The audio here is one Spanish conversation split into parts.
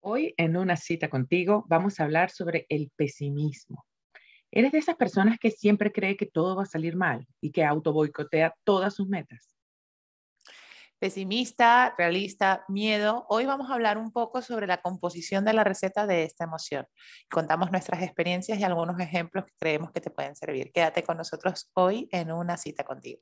Hoy en una cita contigo vamos a hablar sobre el pesimismo. ¿Eres de esas personas que siempre cree que todo va a salir mal y que auto boicotea todas sus metas? Pesimista, realista, miedo. Hoy vamos a hablar un poco sobre la composición de la receta de esta emoción. Contamos nuestras experiencias y algunos ejemplos que creemos que te pueden servir. Quédate con nosotros hoy en una cita contigo.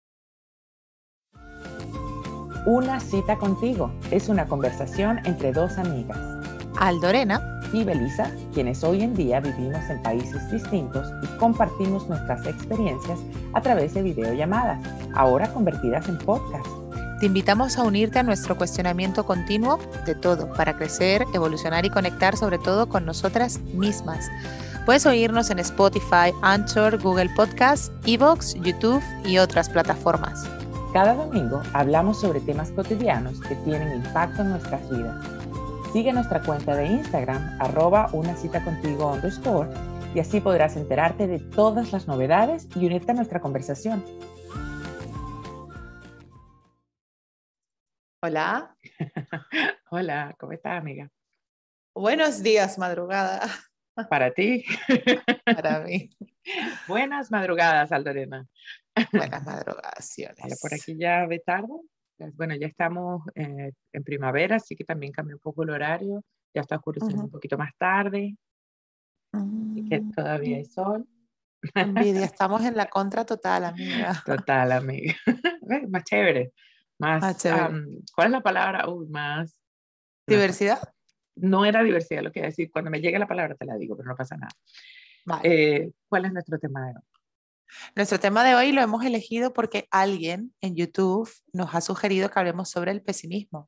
Una cita contigo es una conversación entre dos amigas. Aldorena Y Belisa, quienes hoy en día vivimos en países distintos y compartimos nuestras experiencias a través de videollamadas, ahora convertidas en podcast. te invitamos a unirte a nuestro cuestionamiento continuo de todo para crecer, evolucionar y conectar sobre todo con nosotras mismas. Puedes oírnos en Spotify, Anchor, Google Podcasts, Evox, YouTube y otras plataformas. Cada domingo hablamos sobre temas cotidianos que tienen impacto en nuestras vidas. Sigue nuestra cuenta de Instagram, @unacitacontigo_, y así podrás enterarte de todas las novedades y unirte a nuestra conversación. Hola. Hola, ¿cómo estás, amiga? Buenos días, madrugada. Para ti. Para mí. Buenas madrugadas, Aldorena. Buenas Vale, por madrugaciones. aquí ya de tarde. Bueno, ya estamos en primavera, así que también cambió un poco el horario. Ya está oscureciendo un poquito más tarde y que todavía hay sol. Envidia, estamos en la contra total, amiga. Total, amiga. Más chévere. Ah, Más, chévere. ¿cuál es la palabra? Más, ¿Diversidad? no era diversidad lo que iba a decir. Cuando me llegue la palabra te la digo, pero no pasa nada. Vale. ¿Cuál es nuestro tema de hoy? Nuestro tema de hoy lo hemos elegido porque alguien en YouTube nos ha sugerido que hablemos sobre el pesimismo.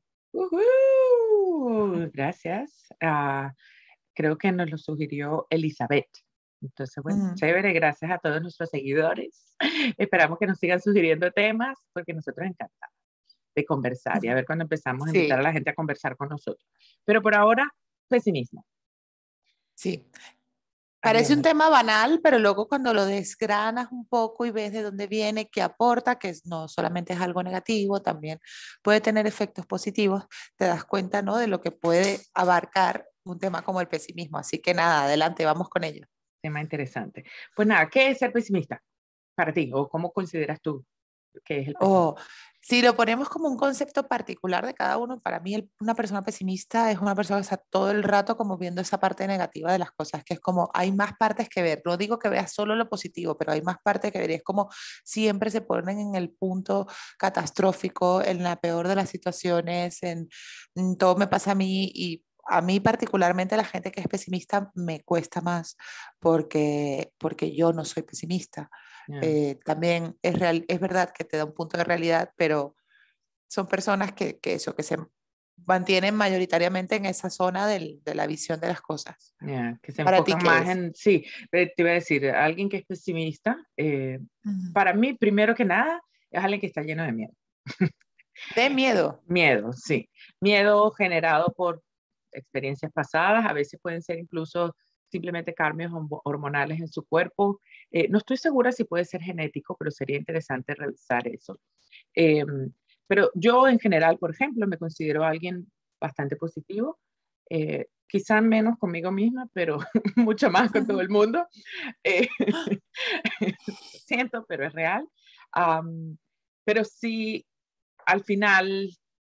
Gracias. Creo que nos lo sugirió Elizabeth. Entonces, bueno, Mm, chévere, gracias a todos nuestros seguidores. Esperamos que nos sigan sugiriendo temas porque nosotros encantamos de conversar y a ver cuando empezamos a invitar a Sí, la gente a conversar con nosotros. Pero por ahora, pesimismo. sí. Parece un Hablemos. tema banal, pero luego cuando lo desgranas un poco y ves de dónde viene, qué aporta, no solamente es algo negativo, también puede tener efectos positivos, te das cuenta, ¿no? De lo que puede abarcar un tema como el pesimismo. Así que nada, adelante, vamos con ello. Tema interesante. Pues nada, ¿qué es ser pesimista para ti? ¿O cómo consideras tú que es el pesimismo? O si lo ponemos como un concepto particular de cada uno, para mí una persona pesimista es una persona que está todo el rato como viendo esa parte negativa de las cosas, que es como hay más partes que ver. No digo que veas solo lo positivo, pero hay más partes que ver. Y es como siempre se ponen en el punto catastrófico, en la peor de las situaciones, todo me pasa a mí y a mí particularmente la gente que es pesimista me cuesta más porque yo no soy pesimista. Yeah. También es, real, es verdad que te da un punto de realidad, pero son personas que se mantienen mayoritariamente en esa zona de la visión de las cosas. Yeah, que se ¿Para ti enfocan qué más es? en, sí, te iba a decir, alguien que es pesimista, Ujú. para mí, primero que nada, es alguien que está lleno de miedo. De miedo. Miedo, sí. Miedo generado por experiencias pasadas, a veces pueden ser incluso simplemente cambios hormonales en su cuerpo. No estoy segura si puede ser genético, pero sería interesante revisar eso. Eh, pero yo en general, por ejemplo, me considero alguien bastante positivo, quizá menos conmigo misma, pero mucho más con todo el mundo. Eh, lo siento, pero es real. Pero sí, al final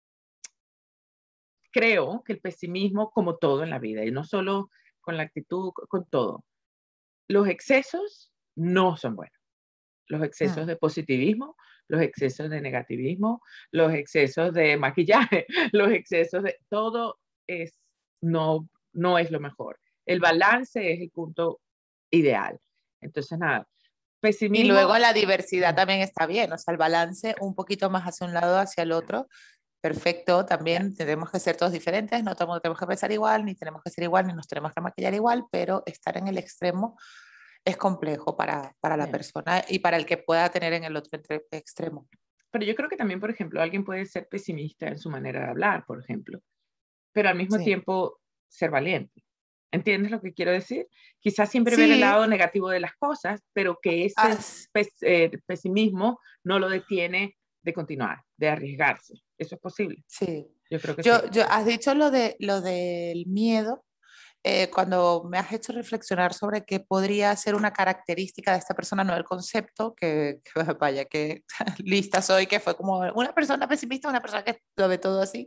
creo que el pesimismo, como todo en la vida, y no solo con la actitud, con todo, los excesos no son buenos. Los excesos Mm, de positivismo, los excesos de negativismo, los excesos de maquillaje, los excesos de todo es no es lo mejor. El balance es el punto ideal. Entonces, nada, Y luego pesimismo, la diversidad también está bien, o sea, el balance un poquito más hacia un lado, hacia el otro. Perfecto, ya, también tenemos que ser todos diferentes, no todos tenemos que pensar igual, ni tenemos que ser igual, ni nos tenemos que maquillar igual, pero estar en el extremo es complejo para la ya. persona y para el que pueda tener en el otro extremo. Pero yo creo que también, por ejemplo, alguien puede ser pesimista en su manera de hablar, por ejemplo, pero al mismo Sí. tiempo ser valiente. ¿Entiendes lo que quiero decir? Quizás siempre ver el Sí, lado negativo de las cosas, pero que ese as- pesimismo no lo detiene de continuar, de arriesgarse. Eso es posible. sí. Yo creo que sí. Has dicho lo del miedo, cuando me has hecho reflexionar sobre qué podría ser una característica de esta persona, no el concepto, que vaya, que lista soy, que fue como una persona pesimista, una persona que lo ve todo así.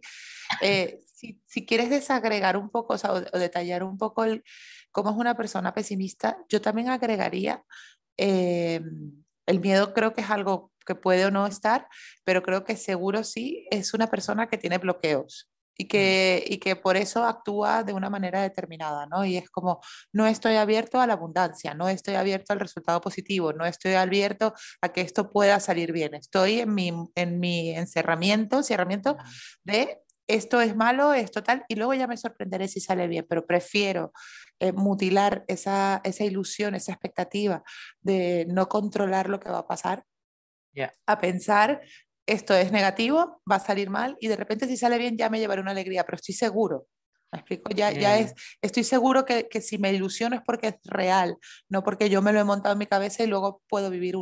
Si quieres desagregar un poco, o sea, o detallar un poco cómo es una persona pesimista, yo también agregaría eh, el miedo. Creo que es algo que puede o no estar, pero creo que seguro sí es una persona que tiene bloqueos Mm, y que por eso actúa de una manera determinada, ¿no? Y es como, no estoy abierto a la abundancia, no estoy abierto al resultado positivo, no estoy abierto a que esto pueda salir bien, estoy en mi cerramiento mm, de esto es malo, esto tal, y luego ya me sorprenderé si sale bien, pero prefiero mutilar esa ilusión, esa expectativa de no controlar lo que va a pasar, ya, a pensar, esto es negativo, va a salir mal, y de repente si sale bien ya me llevaré una alegría, pero estoy seguro. ¿Me explico? yeah, Estoy seguro que si me ilusiono es porque es real, no porque yo me lo he montado en mi cabeza y luego puedo vivir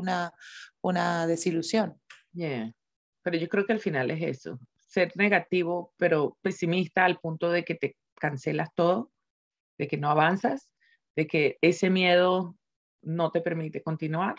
una desilusión. yeah. Pero yo creo que al final es eso, ser negativo, pero pesimista al punto de que te cancelas todo, de que no avanzas, de que ese miedo no te permite continuar.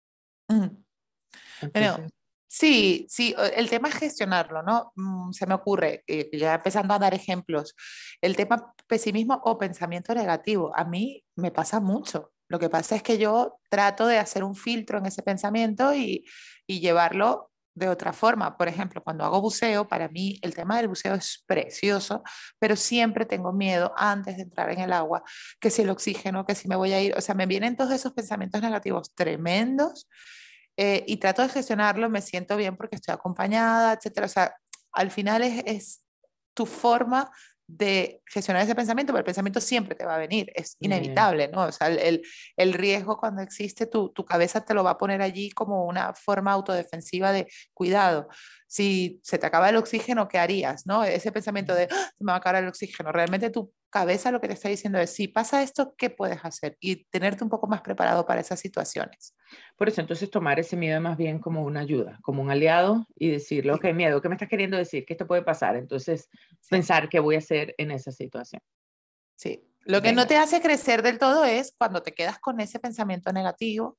Mm. Bueno, Entonces, sí, sí, el tema es gestionarlo, ¿no? Se me ocurre, ya empezando a dar ejemplos, el tema pesimismo o pensamiento negativo, a mí me pasa mucho. Lo que pasa es que yo trato de hacer un filtro en ese pensamiento y llevarlo de otra forma. Por ejemplo, cuando hago buceo, para mí el tema del buceo es precioso, pero siempre tengo miedo antes de entrar en el agua, que si el oxígeno, que si me voy a ir, o sea, me vienen todos esos pensamientos negativos tremendos, y trato de gestionarlo, me siento bien porque estoy acompañada, etcétera. O sea, al final es tu forma de gestionar ese pensamiento, pero el pensamiento siempre te va a venir, es yeah, inevitable, ¿no? O sea, el riesgo cuando existe, tu cabeza te lo va a poner allí como una forma autodefensiva de cuidado. Si se te acaba el oxígeno, ¿qué harías? ¿No? Ese pensamiento de "Ah, se me va a acabar el oxígeno". Realmente tu cabeza lo que te está diciendo es, si pasa esto, ¿qué puedes hacer? Y tenerte un poco más preparado para esas situaciones. por eso entonces tomar ese miedo más bien como una ayuda, como un aliado y decirle, ok, Sí, miedo, ¿qué me estás queriendo decir? ¿Que esto puede pasar? Entonces, sí. pensar qué voy a hacer en esa situación. Sí, lo que no Venga, te hace crecer del todo es cuando te quedas con ese pensamiento negativo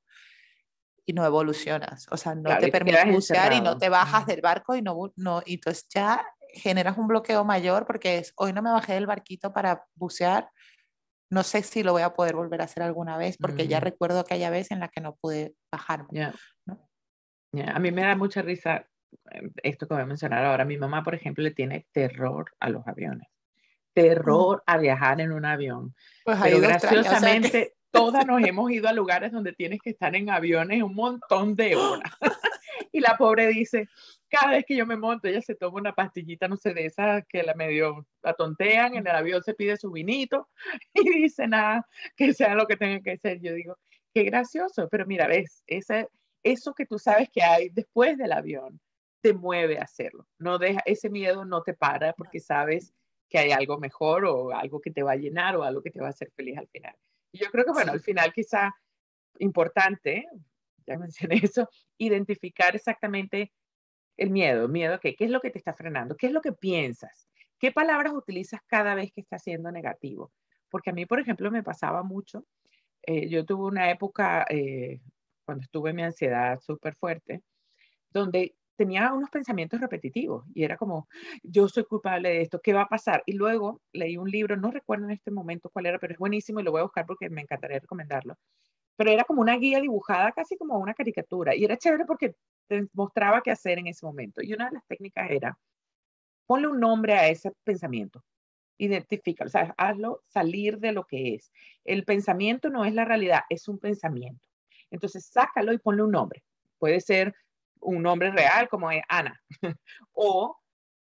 y no evolucionas, o sea, no claro, te y te permite quedas bucear y no encerrado. te bajas Mm, del barco y entonces ya generas un bloqueo mayor porque es, hoy no me bajé del barquito para bucear, no sé si lo voy a poder volver a hacer alguna vez porque ya mm, recuerdo aquella vez en la que no pude bajarme, ya, ¿no? ya. A mí me da mucha risa esto que voy a mencionar ahora. Mi mamá, por ejemplo, le tiene terror a los aviones, Mm. terror a viajar en un avión. Pues ha Pero ido a Australia, o sea que graciosamente, todas nos hemos ido a lugares donde tienes que estar en aviones un montón de horas. Y la pobre dice, cada vez que yo me monto, ella se toma una pastillita, no sé, de esas que la medio la tontean, en el avión se pide su vinito y dice nada, que sea lo que tenga que ser. Yo digo, qué gracioso, pero mira, ves, eso que tú sabes que hay después del avión te mueve a hacerlo. No deja, ese miedo no te para porque sabes que hay algo mejor o algo que te va a llenar o algo que te va a hacer feliz al final. Y yo creo que, bueno, al sí, final quizá importante, ya mencioné eso, identificar exactamente el miedo, miedo ¿qué? ¿Qué es lo que te está frenando? ¿Qué es lo que piensas? ¿Qué palabras utilizas cada vez que estás siendo negativo? Porque a mí, por ejemplo, me pasaba mucho. Yo tuve una época, cuando estuve en mi ansiedad súper fuerte, donde tenía unos pensamientos repetitivos y era como, yo soy culpable de esto, ¿qué va a pasar? Y luego leí un libro, no recuerdo en este momento cuál era, pero es buenísimo y lo voy a buscar porque me encantaría recomendarlo, pero era como una guía dibujada, casi como una caricatura, y era chévere porque te mostraba qué hacer en ese momento. Y una de las técnicas era, ponle un nombre a ese pensamiento, identifícalo, o sea, hazlo salir de lo que es. El pensamiento no es la realidad, es un pensamiento. Entonces, sácalo y ponle un nombre. Puede ser un nombre real como es Ana, o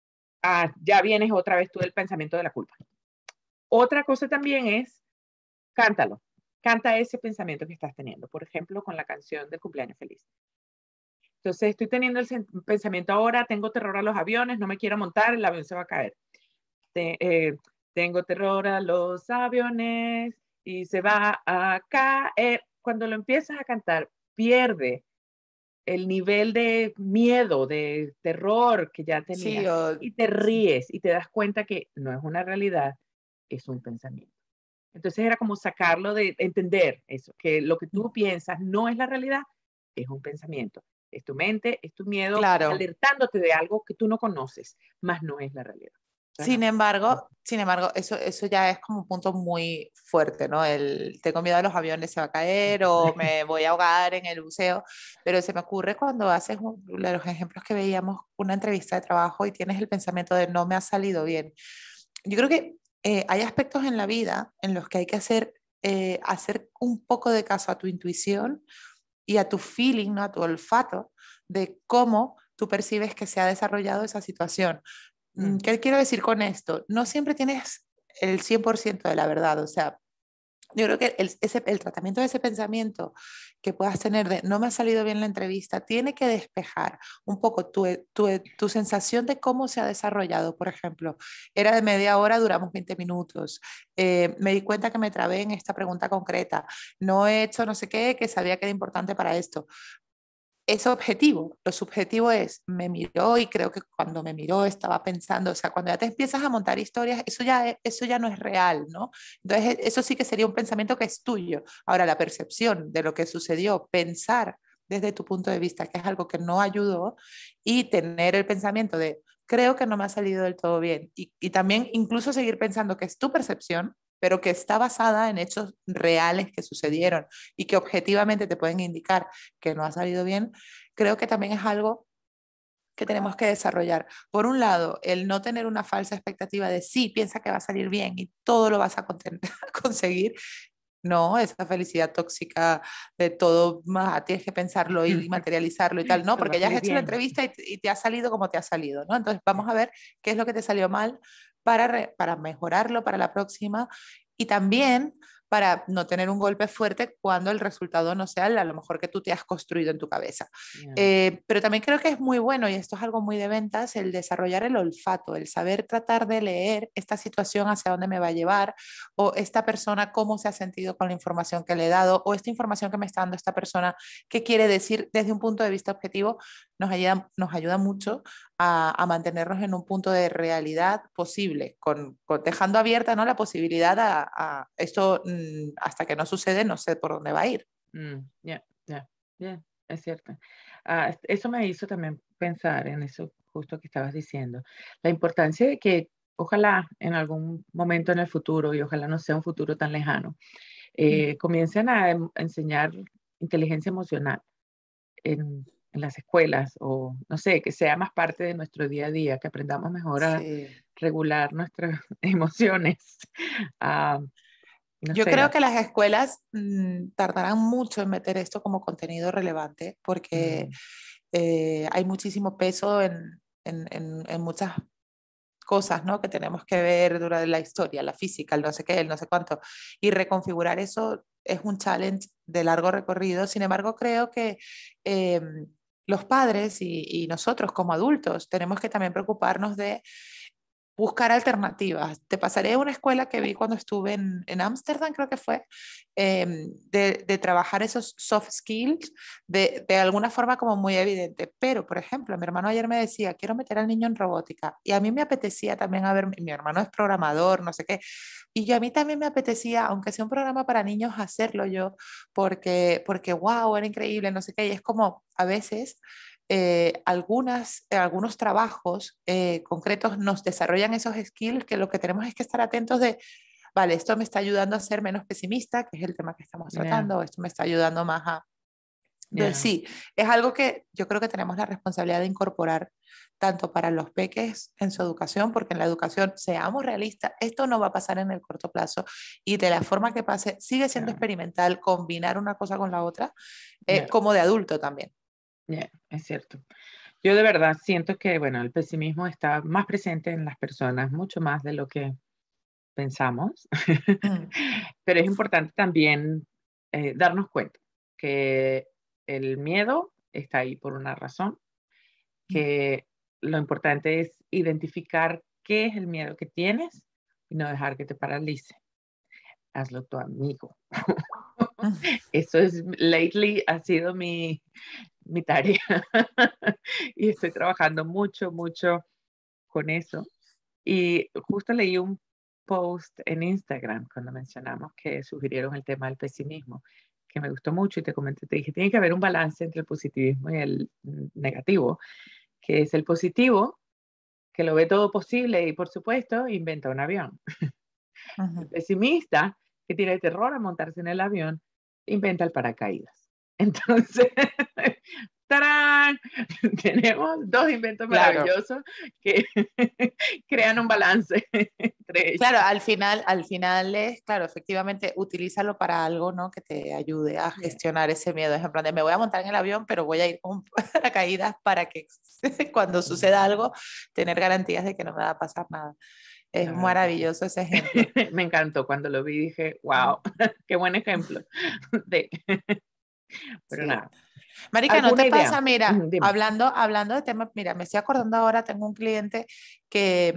ya vienes otra vez tú del pensamiento de la culpa. Otra cosa también es, cántalo, canta ese pensamiento que estás teniendo, por ejemplo, con la canción del cumpleaños feliz. Entonces estoy teniendo el pensamiento ahora, tengo terror a los aviones, no me quiero montar, el avión se va a caer. Te- eh, Tengo terror a los aviones y se va a caer. Cuando lo empiezas a cantar, pierde el nivel de miedo, de terror que ya Sí, tenías y te sí. ríes y te das cuenta que no es una realidad, es un pensamiento. Entonces era como sacarlo de entender eso, que lo que tú piensas no es la realidad, es un pensamiento. Es tu mente, es tu miedo Claro. alertándote de algo que tú no conoces, más no es la realidad. Sin embargo, eso ya es como un punto muy fuerte, ¿no? El tengo miedo a los aviones, se va a caer o me voy a ahogar en el buceo, pero se me ocurre cuando haces de los ejemplos que veíamos, una entrevista de trabajo y tienes el pensamiento de no me ha salido bien. Yo creo que hay aspectos en la vida en los que hay que hacer un poco de caso a tu intuición y a tu feeling, ¿no? A tu olfato de cómo tú percibes que se ha desarrollado esa situación. Mm, ¿Qué quiero decir con esto? No siempre tienes el 100% de la verdad, o sea, yo creo que el tratamiento de ese pensamiento que puedas tener de no me ha salido bien la entrevista tiene que despejar un poco tu sensación de cómo se ha desarrollado. Por ejemplo, era de media hora, duramos 20 minutos. Me di cuenta que me trabé en esta pregunta concreta. No he hecho no sé qué, que sabía que era importante para esto. Es objetivo. Lo subjetivo es, me miró y creo que cuando me miró estaba pensando, o sea, cuando ya te empiezas a montar historias, eso ya no es real, ¿no? Entonces, eso sí que sería un pensamiento que es tuyo. Ahora, la percepción de lo que sucedió, pensar desde tu punto de vista, que es algo que no ayudó, y tener el pensamiento de, creo que no me ha salido del todo bien, y también incluso seguir pensando que es tu percepción, pero que está basada en hechos reales que sucedieron y que objetivamente te pueden indicar que no ha salido bien, creo que también es algo que tenemos que desarrollar. Por un lado, el no tener una falsa expectativa de sí, piensa que va a salir bien y todo lo vas a conseguir. No, esa felicidad tóxica de todo, más, tienes que pensarlo y materializarlo y tal, no, Todo va a porque ya has salir hecho la bien. entrevista y te ha salido como te ha salido, ¿no? Entonces vamos a ver qué es lo que te salió mal para mejorarlo para la próxima y también para no tener un golpe fuerte cuando el resultado no sea a lo mejor que tú te has construido en tu cabeza. Yeah. Pero también creo que es muy bueno, y esto es algo muy de ventas, el desarrollar el olfato, el saber tratar de leer esta situación hacia dónde me va a llevar, o esta persona cómo se ha sentido con la información que le he dado, o esta información que me está dando esta persona, qué quiere decir desde un punto de vista objetivo, nos ayuda mucho a mantenernos en un punto de realidad posible, dejando abierta, ¿no?, la posibilidad a esto, hasta que no sucede, no sé por dónde va a ir. Ya, ya, ya, es cierto. Eso me hizo también pensar en eso justo que estabas diciendo. La importancia de que ojalá en algún momento en el futuro, y ojalá no sea un futuro tan lejano, comiencen a enseñar inteligencia emocional en las escuelas o no sé, que sea más parte de nuestro día a día, que aprendamos mejor a Sí. regular nuestras emociones. Ah, no Yo sé. creo que las escuelas tardarán mucho en meter esto como contenido relevante porque Mm, hay muchísimo peso en muchas cosas, ¿no?, que tenemos que ver durante la historia, la física, el no sé qué, el no sé cuánto, y reconfigurar eso es un challenge de largo recorrido. Sin embargo, creo que eh, los padres y nosotros como adultos tenemos que también preocuparnos de buscar alternativas. Te pasaré una escuela que vi cuando estuve en Ámsterdam, creo que fue, de trabajar esos soft skills de alguna forma como muy evidente. Pero, por ejemplo, mi hermano ayer me decía, quiero meter al niño en robótica. Y a mí me apetecía también, a ver, mi hermano es programador, no sé qué. Y yo a mí también me apetecía, aunque sea un programa para niños, hacerlo yo, porque wow, era increíble, no sé qué. Y es como, a veces algunos trabajos concretos nos desarrollan esos skills que lo que tenemos es que estar atentos de, vale, esto me está ayudando a ser menos pesimista, que es el tema que estamos yeah, tratando, o esto me está ayudando más a... Entonces, yeah, sí, es algo que yo creo que tenemos la responsabilidad de incorporar tanto para los peques en su educación, porque en la educación, seamos realistas, esto no va a pasar en el corto plazo y de la forma que pase, sigue siendo yeah, experimental combinar una cosa con la otra, yeah, como de adulto también. yeah, es cierto. Yo de verdad siento que, bueno, el pesimismo está más presente en las personas, mucho más de lo que pensamos, Mm, pero es importante también darnos cuenta que el miedo está ahí por una razón, mm. que lo importante es identificar qué es el miedo que tienes y no dejar que te paralice. Hazlo tu amigo. Mm. Eso es, lately ha sido mi tarea y estoy trabajando mucho, mucho con eso. Y justo leí un post en Instagram cuando mencionamos que sugirieron el tema del pesimismo, que me gustó mucho y te comenté, te dije, tiene que haber un balance entre el positivismo y el negativo, que es el positivo, que lo ve todo posible y por supuesto inventa un avión. El Ujú. pesimista, que tiene terror a montarse en el avión, inventa el paracaídas. Entonces, ¡tarán! Tenemos dos inventos Claro. maravillosos que crean un balance entre ellos. Claro, al final es, claro, efectivamente, utilízalo para algo, ¿no? Que te ayude a Yeah. gestionar ese miedo. Es en plan de, me voy a montar en el avión, pero voy a ir con paracaídas para que cuando suceda algo, tener garantías de que no me va a pasar nada. Es Claro que sí. maravilloso ese ejemplo. Me encantó cuando lo vi, dije, wow, qué buen ejemplo. De, pero Sí. nada, Marica, ¿no te ¿alguna idea? pasa? Mira, Dime. hablando de temas, mira, me estoy acordando ahora, tengo un cliente que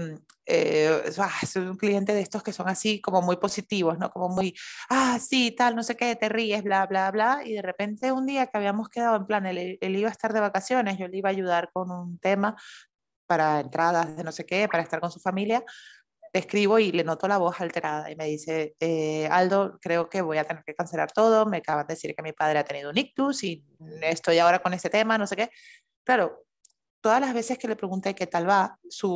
es un cliente de estos que son así como muy positivos, ¿no? Como muy, sí, tal, no sé qué, te ríes, bla, bla, bla, y de repente un día que habíamos quedado en plan, él iba a estar de vacaciones, yo le iba a ayudar con un tema para entradas de no sé qué, para estar con su familia, le escribo y le noto la voz alterada y me dice, Aldo, creo que voy a tener que cancelar todo, me acaban de decir que mi padre ha tenido un ictus y estoy ahora con ese tema, no sé qué. Claro, todas las veces que le pregunté qué tal va,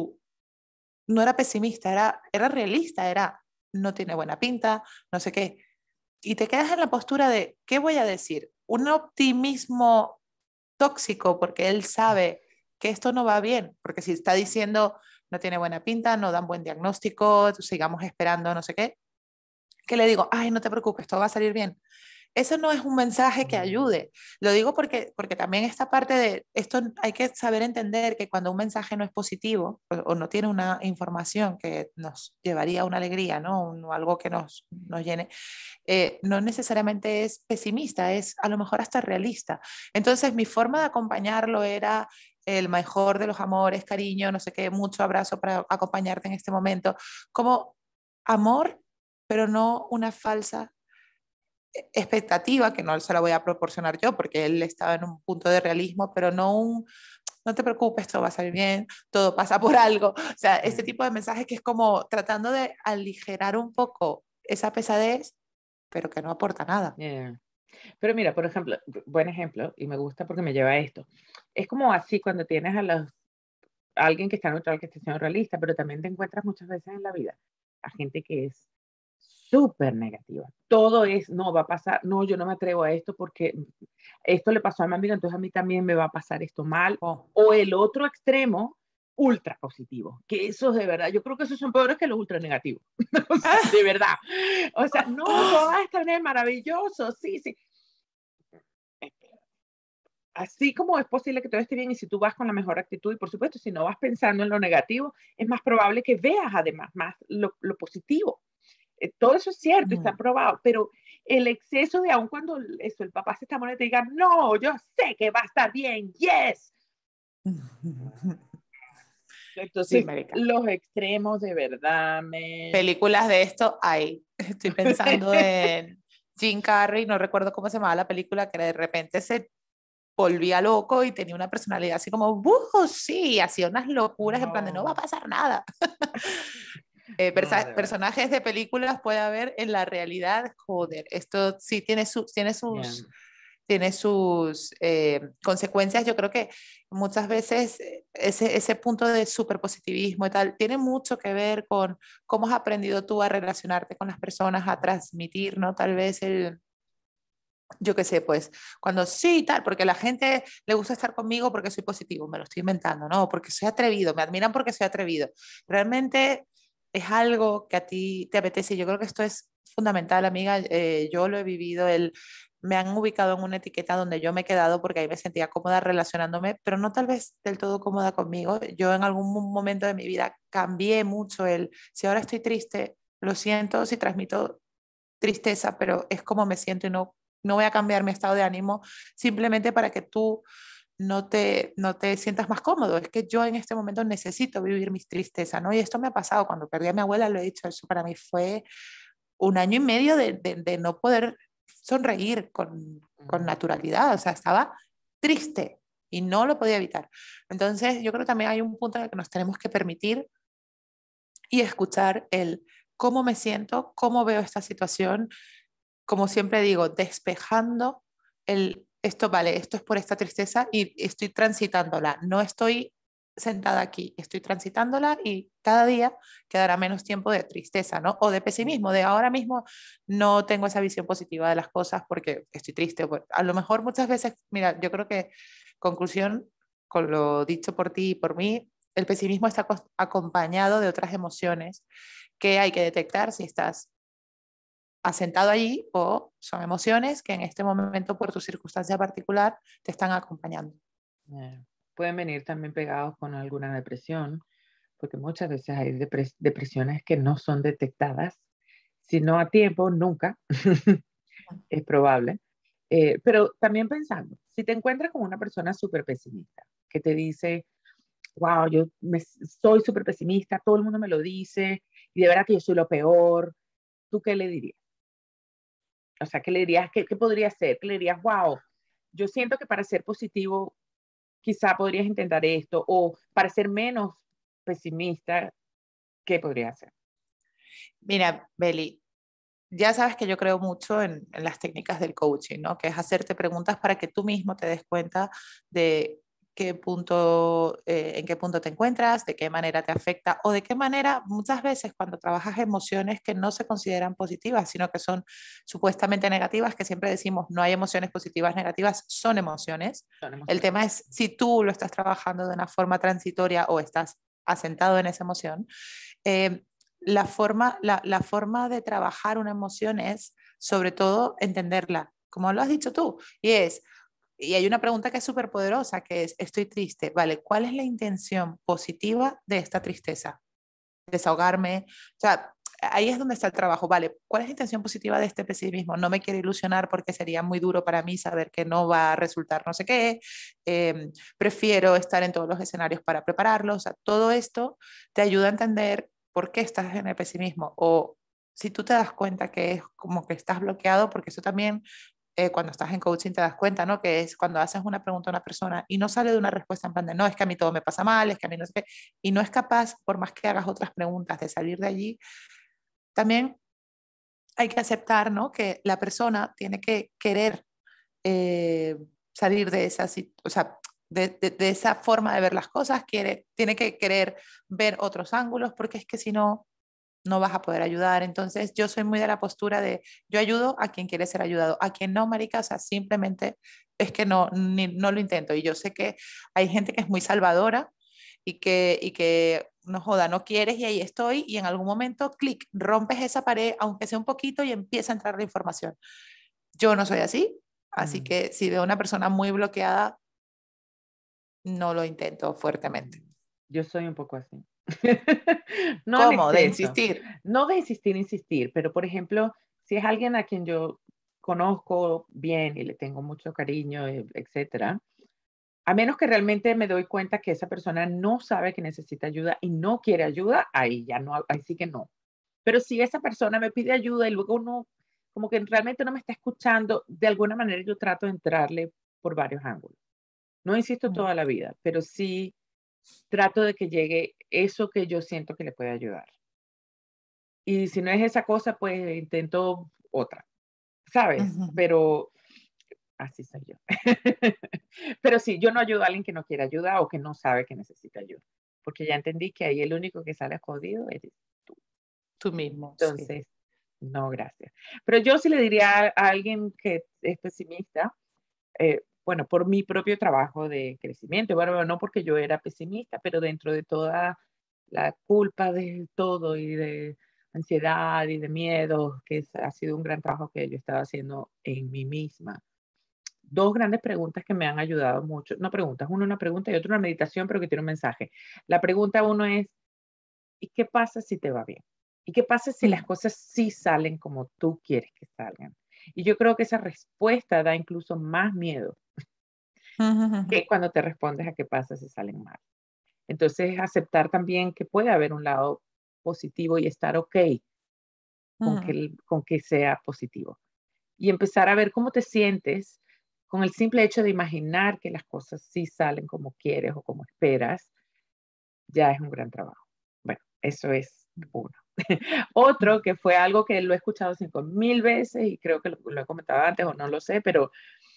no era pesimista, era realista, era no tiene buena pinta, no sé qué. Y te quedas en la postura de, ¿qué voy a decir? Un optimismo tóxico porque él sabe que esto no va bien, porque si está diciendo no tiene buena pinta, no dan buen diagnóstico, sigamos esperando, no sé qué, que le digo, ay, no te preocupes, todo va a salir bien. Eso no es un mensaje que ayude. Lo digo porque también esta parte de esto hay que saber entender que cuando un mensaje no es positivo o no tiene una información que nos llevaría a una alegría, ¿no? Algo que nos llene, no necesariamente es pesimista, es a lo mejor hasta realista. Entonces mi forma de acompañarlo era el mejor de los amores, cariño, no sé qué, mucho abrazo para acompañarte en este momento, como amor, pero no una falsa expectativa, que no se la voy a proporcionar yo, porque él estaba en un punto de realismo, pero no no te preocupes, todo va a salir bien, todo pasa por algo. O sea, este tipo de mensajes que es como tratando de aligerar un poco esa pesadez, pero que no aporta nada. Yeah. Pero mira, por ejemplo, buen ejemplo, y me gusta porque me lleva a esto. Es como así cuando tienes a alguien que está neutral, que está siendo realista, pero también te encuentras muchas veces en la vida a gente que es súper negativa. Todo es, no, va a pasar, no, yo no me atrevo a esto porque esto le pasó a mi amiga, entonces a mí también me va a pasar esto mal. Oh. O el otro extremo, ultra positivo, que esos de verdad, yo creo que esos son peores que los ultra negativos. O sea, de verdad. O sea, no, todo va a estar bien, maravilloso, sí, sí. Así como es posible que todo esté bien y si tú vas con la mejor actitud y por supuesto si no vas pensando en lo negativo, es más probable que veas además más lo positivo. Todo eso es cierto, está Mm. probado, pero el exceso de aun cuando eso, el papá se está muriendo y diga, no, yo sé que va a estar bien, yes. Sí, Entonces, marica. los extremos de verdad me... Películas de esto hay. Estoy pensando en Jim Carrey, no recuerdo cómo se llamaba la película, que de repente se volvía loco y tenía una personalidad así como, sí, hacía unas locuras en plan de no va a No, pasar nada. no, de verdad. Personajes de películas puede haber en la realidad, joder, esto sí Yeah. tiene sus consecuencias. Yo creo que muchas veces ese punto de superpositivismo y tal tiene mucho que ver con cómo has aprendido tú a relacionarte con las personas, a transmitir, ¿no? Tal vez yo qué sé, pues, cuando sí, tal, porque a la gente le gusta estar conmigo porque soy positivo, me lo estoy inventando, ¿no? Porque soy atrevido, me admiran porque soy atrevido. Realmente es algo que a ti te apetece. Yo creo que esto es fundamental, amiga. Yo lo he vivido, me han ubicado en una etiqueta donde yo me he quedado porque ahí me sentía cómoda relacionándome, pero no tal vez del todo cómoda conmigo. Yo en algún momento de mi vida cambié mucho si ahora estoy triste, lo siento, si transmito tristeza, pero es como me siento y no voy a cambiar mi estado de ánimo simplemente para que tú no te sientas más cómodo. Es que yo en este momento necesito vivir mis tristezas, ¿no? Y esto me ha pasado cuando perdí a mi abuela, lo he dicho, eso para mí fue un año y medio de no poder sonreír con naturalidad, o sea, estaba triste y no lo podía evitar. Entonces, yo creo que también hay un punto en el que nos tenemos que permitir y escuchar el cómo me siento, cómo veo esta situación, como siempre digo, despejando esto, vale, esto es por esta tristeza y estoy transitándola, no estoy sentada aquí, estoy transitándola y cada día quedará menos tiempo de tristeza, ¿no? O de pesimismo, de ahora mismo no tengo esa visión positiva de las cosas porque estoy triste. Pues, a lo mejor muchas veces, mira, yo creo que conclusión, con lo dicho por ti y por mí, el pesimismo está acompañado de otras emociones que hay que detectar si estás asentado allí o son emociones que en este momento por tu circunstancia particular te están acompañando. Pueden venir también pegados con alguna depresión, porque muchas veces hay depresiones que no son detectadas, si no a tiempo, nunca, es probable. Pero también pensando, si te encuentras con una persona súper pesimista, que te dice, wow, soy súper pesimista, todo el mundo me lo dice, y de verdad que yo soy lo peor, ¿tú qué le dirías? O sea, ¿qué le dirías? ¿Qué podría ser? ¿Qué le dirías? Wow, yo siento que para ser positivo quizá podrías intentar esto, o para ser menos pesimista, ¿qué podría hacer? Mira, Beli, ya sabes que yo creo mucho en las técnicas del coaching, ¿no? Que es hacerte preguntas para que tú mismo te des cuenta de qué punto, en qué punto te encuentras, de qué manera te afecta o de qué manera muchas veces cuando trabajas emociones que no se consideran positivas, sino que son supuestamente negativas, que siempre decimos no hay emociones positivas, negativas, son emociones. Son El emociones. tema es si tú lo estás trabajando de una forma transitoria o estás asentado en esa emoción. Eh, la forma de trabajar una emoción es, sobre todo, entenderla, como lo has dicho tú, y hay una pregunta que es súper poderosa, que es, estoy triste, ¿vale? ¿Cuál es la intención positiva de esta tristeza? Desahogarme, o sea, ahí es donde está el trabajo, ¿vale? ¿Cuál es la intención positiva de este pesimismo? No me quiero ilusionar porque sería muy duro para mí saber que no va a resultar no sé qué, prefiero estar en todos los escenarios para prepararlo, o sea, todo esto te ayuda a entender por qué estás en el pesimismo o si tú te das cuenta que es como que estás bloqueado, porque eso también cuando estás en coaching te das cuenta, ¿no? Que es cuando haces una pregunta a una persona y no sale de una respuesta en plan de, no, es que a mí todo me pasa mal, es que a mí no sé qué, y no es capaz, por más que hagas otras preguntas, de salir de allí, también hay que aceptar, ¿no? Que la persona tiene que querer eh, salir de esa, o sea, de esa forma de ver las cosas, tiene que querer ver otros ángulos, porque es que si no, no vas a poder ayudar. Entonces, yo soy muy de la postura de yo ayudo a quien quiere ser ayudado, a quien no, marica, o sea, simplemente es que no lo intento. Y yo sé que hay gente que es muy salvadora y que no joda, no quieres y ahí estoy y en algún momento, clic, rompes esa pared, aunque sea un poquito y empieza a entrar la información. Yo no soy así, así Mm, que si veo una persona muy bloqueada, no lo intento fuertemente. yo soy un poco así. No en ¿Cómo? De exceso, insistir. no de insistir, insistir, pero por ejemplo, si es alguien a quien yo conozco bien y le tengo mucho cariño, etcétera, a menos que realmente me doy cuenta que esa persona no sabe que necesita ayuda y no quiere ayuda, ahí ya no, ahí sí que no. Pero si esa persona me pide ayuda y luego no, como que realmente no me está escuchando, de alguna manera yo trato de entrarle por varios ángulos. No insisto Mm. toda la vida, pero sí trato de que llegue eso que yo siento que le puede ayudar. Y si no es esa cosa, pues intento otra, ¿sabes? Ujú. Pero así soy yo. Pero sí, yo no ayudo a alguien que no quiere ayuda o que no sabe que necesita ayuda, porque ya entendí que ahí el único que sale jodido eres tú. Tú mismo, sí. Entonces, no, gracias. Pero yo sí le diría a alguien que es pesimista, bueno, por mi propio trabajo de crecimiento, bueno, no porque yo era pesimista, pero dentro de toda la culpa de todo y de ansiedad y de miedo, ha sido un gran trabajo que yo estaba haciendo en mí misma. Dos grandes preguntas que me han ayudado mucho, no preguntas, una pregunta y otra una meditación, pero que tiene un mensaje. La pregunta uno es, ¿y qué pasa si te va bien? ¿Y qué pasa si las Mm. cosas sí salen como tú quieres que salgan? Y yo creo que esa respuesta da incluso más miedo Ujú, que cuando te respondes a qué pasa si salen mal. Entonces, aceptar también que puede haber un lado positivo y estar ok con ujú, con que sea positivo. Y empezar a ver cómo te sientes con el simple hecho de imaginar que las cosas sí salen como quieres o como esperas, ya es un gran trabajo. Bueno, eso es uno. Otro que fue algo que lo he escuchado 5,000 veces y creo que lo he comentado antes o no lo sé, pero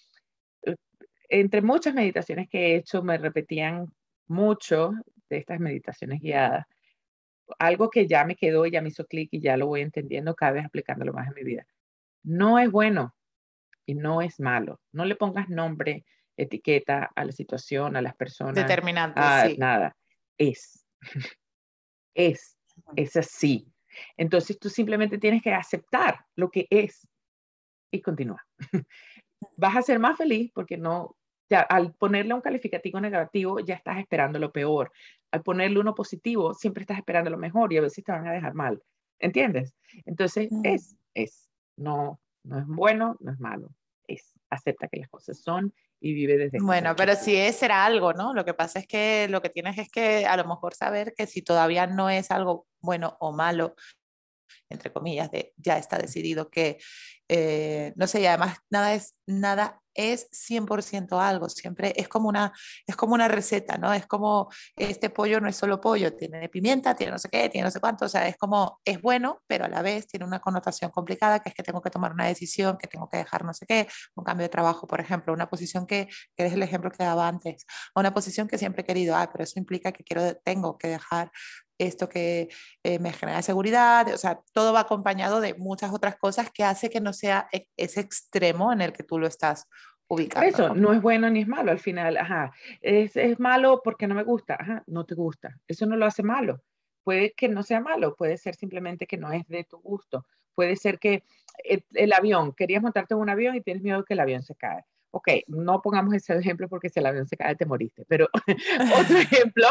entre muchas meditaciones que he hecho me repetían mucho de estas meditaciones guiadas. Algo que ya me quedó y ya me hizo clic y ya lo voy entendiendo cada vez aplicándolo más en mi vida. No es bueno y no es malo. No le pongas nombre, etiqueta a la situación, a las personas, Determinante, a sí. nada. Es, es así. Entonces tú simplemente tienes que aceptar lo que es y continúa. Vas a ser más feliz porque no, ya, al ponerle un calificativo negativo ya estás esperando lo peor. Al ponerle uno positivo siempre estás esperando lo mejor y a veces te van a dejar mal. ¿Entiendes? Entonces no, no es bueno, no es malo. Acepta que las cosas son y vive desde esa Bueno, pero perspectiva. si será algo, ¿no? Lo que pasa es que lo que tienes es que a lo mejor saber que si todavía no es algo bueno o malo, entre comillas, de ya está decidido que, no sé, y además nada es 100% algo, siempre es como una receta, ¿no? Es como, este pollo no es solo pollo, tiene pimienta, tiene no sé qué, tiene no sé cuánto, o sea, es como, es bueno, pero a la vez tiene una connotación complicada, que es que tengo que tomar una decisión, que tengo que dejar no sé qué, un cambio de trabajo, por ejemplo, una posición que es el ejemplo que daba antes, a una posición que siempre he querido, pero eso implica que tengo que dejar esto que me genera seguridad, o sea, todo va acompañado de muchas otras cosas que hace que no sea ese extremo en el que tú lo estás Por ubicando, eso, ¿no? no es bueno ni es malo al final, ajá. Es malo porque no me gusta, ajá, no te gusta. Eso no lo hace malo. Puede que no sea malo, puede ser simplemente que no es de tu gusto. Puede ser que el avión, querías montarte en un avión y tienes miedo que el avión se cae. Ok, no pongamos ese ejemplo porque si el avión se cae te moriste, pero otro ejemplo,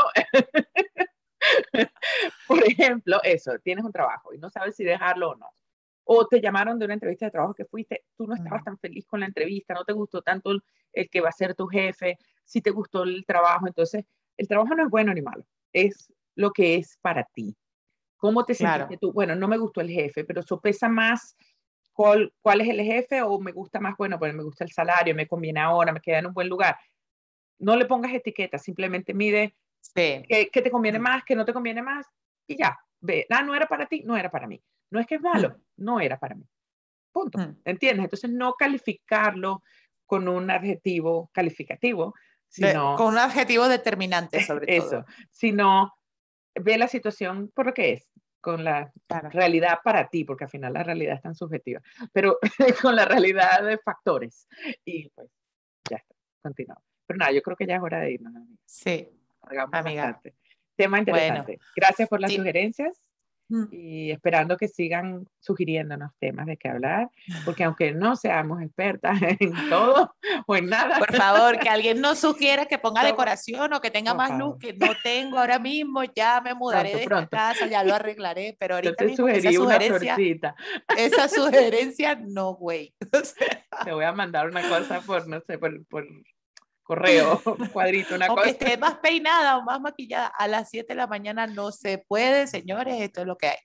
por ejemplo, eso, tienes un trabajo y no sabes si dejarlo o no. O te llamaron de una entrevista de trabajo que fuiste, tú no estabas tan feliz con la entrevista, no te gustó tanto el que va a ser tu jefe, si te gustó el trabajo. Entonces, el trabajo no es bueno ni malo, es lo que es para ti. ¿Cómo te sentiste Claro. tú? Bueno, no me gustó el jefe, pero sopesa más cuál es el jefe o me gusta más, bueno, pues me gusta el salario, me conviene ahora, me queda en un buen lugar. No le pongas etiquetas, simplemente mide Sí. qué te conviene más, qué no te conviene más y ya. Ve, no era para ti, no era para mí. No es que es malo, no era para mí. Punto. ¿Entiendes? Entonces, no calificarlo con un adjetivo calificativo, sino Con un adjetivo determinante sobre eso, todo. sino ve la situación por lo que es, con la Claro. realidad para ti, porque al final la realidad es tan subjetiva, pero con la realidad de factores. Y pues ya está, continuamos. Pero nada, yo creo que ya es hora de irnos, amiga. Sí, Hagamos amiga. bastante. Tema Bueno, interesante. Gracias por las sí. sugerencias y esperando que sigan sugiriéndonos temas de qué hablar, porque aunque no seamos expertas en todo o en nada, Por favor, que alguien nos sugiera que ponga somos, decoración o que tenga por más luz, favor, que no tengo ahora mismo, ya me mudaré pronto, de esta pronto. casa, ya lo arreglaré, pero Yo ahorita te mismo que sugerí una florcita. esa sugerencia, no, güey. O sea, Te voy a mandar una cosa por, no sé, por correo, un cuadrito, una aunque cosa. esté más peinada o más maquillada, a las 7 de la mañana no se puede, señores, esto es lo que hay.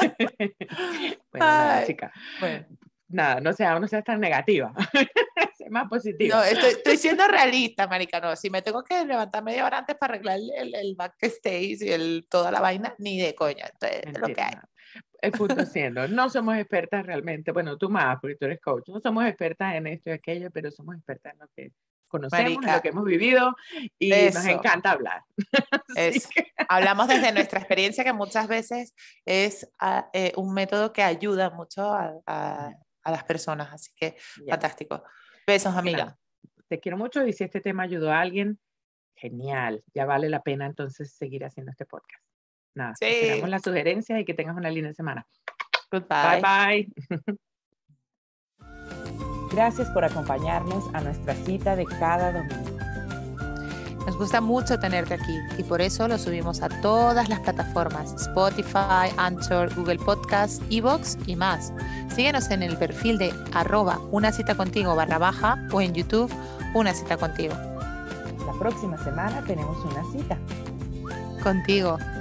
Bueno, nada, Ay, chica. bueno. Nada, no seas tan negativa. Sé más No, positiva. estoy siendo realista, marica, no. Si me tengo que levantar media hora antes para arreglar el backstage y toda la vaina, ni de coña. Entonces, es lo que Mentira, hay. nada. El punto siendo, no somos expertas realmente, bueno, tú más, porque tú eres coach, no somos expertas en esto y aquello, pero somos expertas en lo que conocemos, en lo que Marica, hemos vivido y nos eso, encanta hablar. Así eso. que, Hablamos desde nuestra experiencia, que muchas veces es un método que ayuda mucho a las personas. Así que, ya. fantástico. Besos, Así que nada, amiga. te quiero mucho y si este tema ayudó a alguien, genial, ya vale la pena entonces seguir haciendo este podcast. Nada, esperamos Sí. las sugerencias y que tengas una linda semana. Bye Goodbye. bye. Gracias por acompañarnos a nuestra cita de cada domingo. Nos gusta mucho tenerte aquí y por eso lo subimos a todas las plataformas: Spotify, Anchor, Google Podcasts, iVoox y más. Síguenos en el perfil de @unacitacontigo _ o en YouTube Una Cita Contigo. La próxima semana tenemos una cita. Contigo.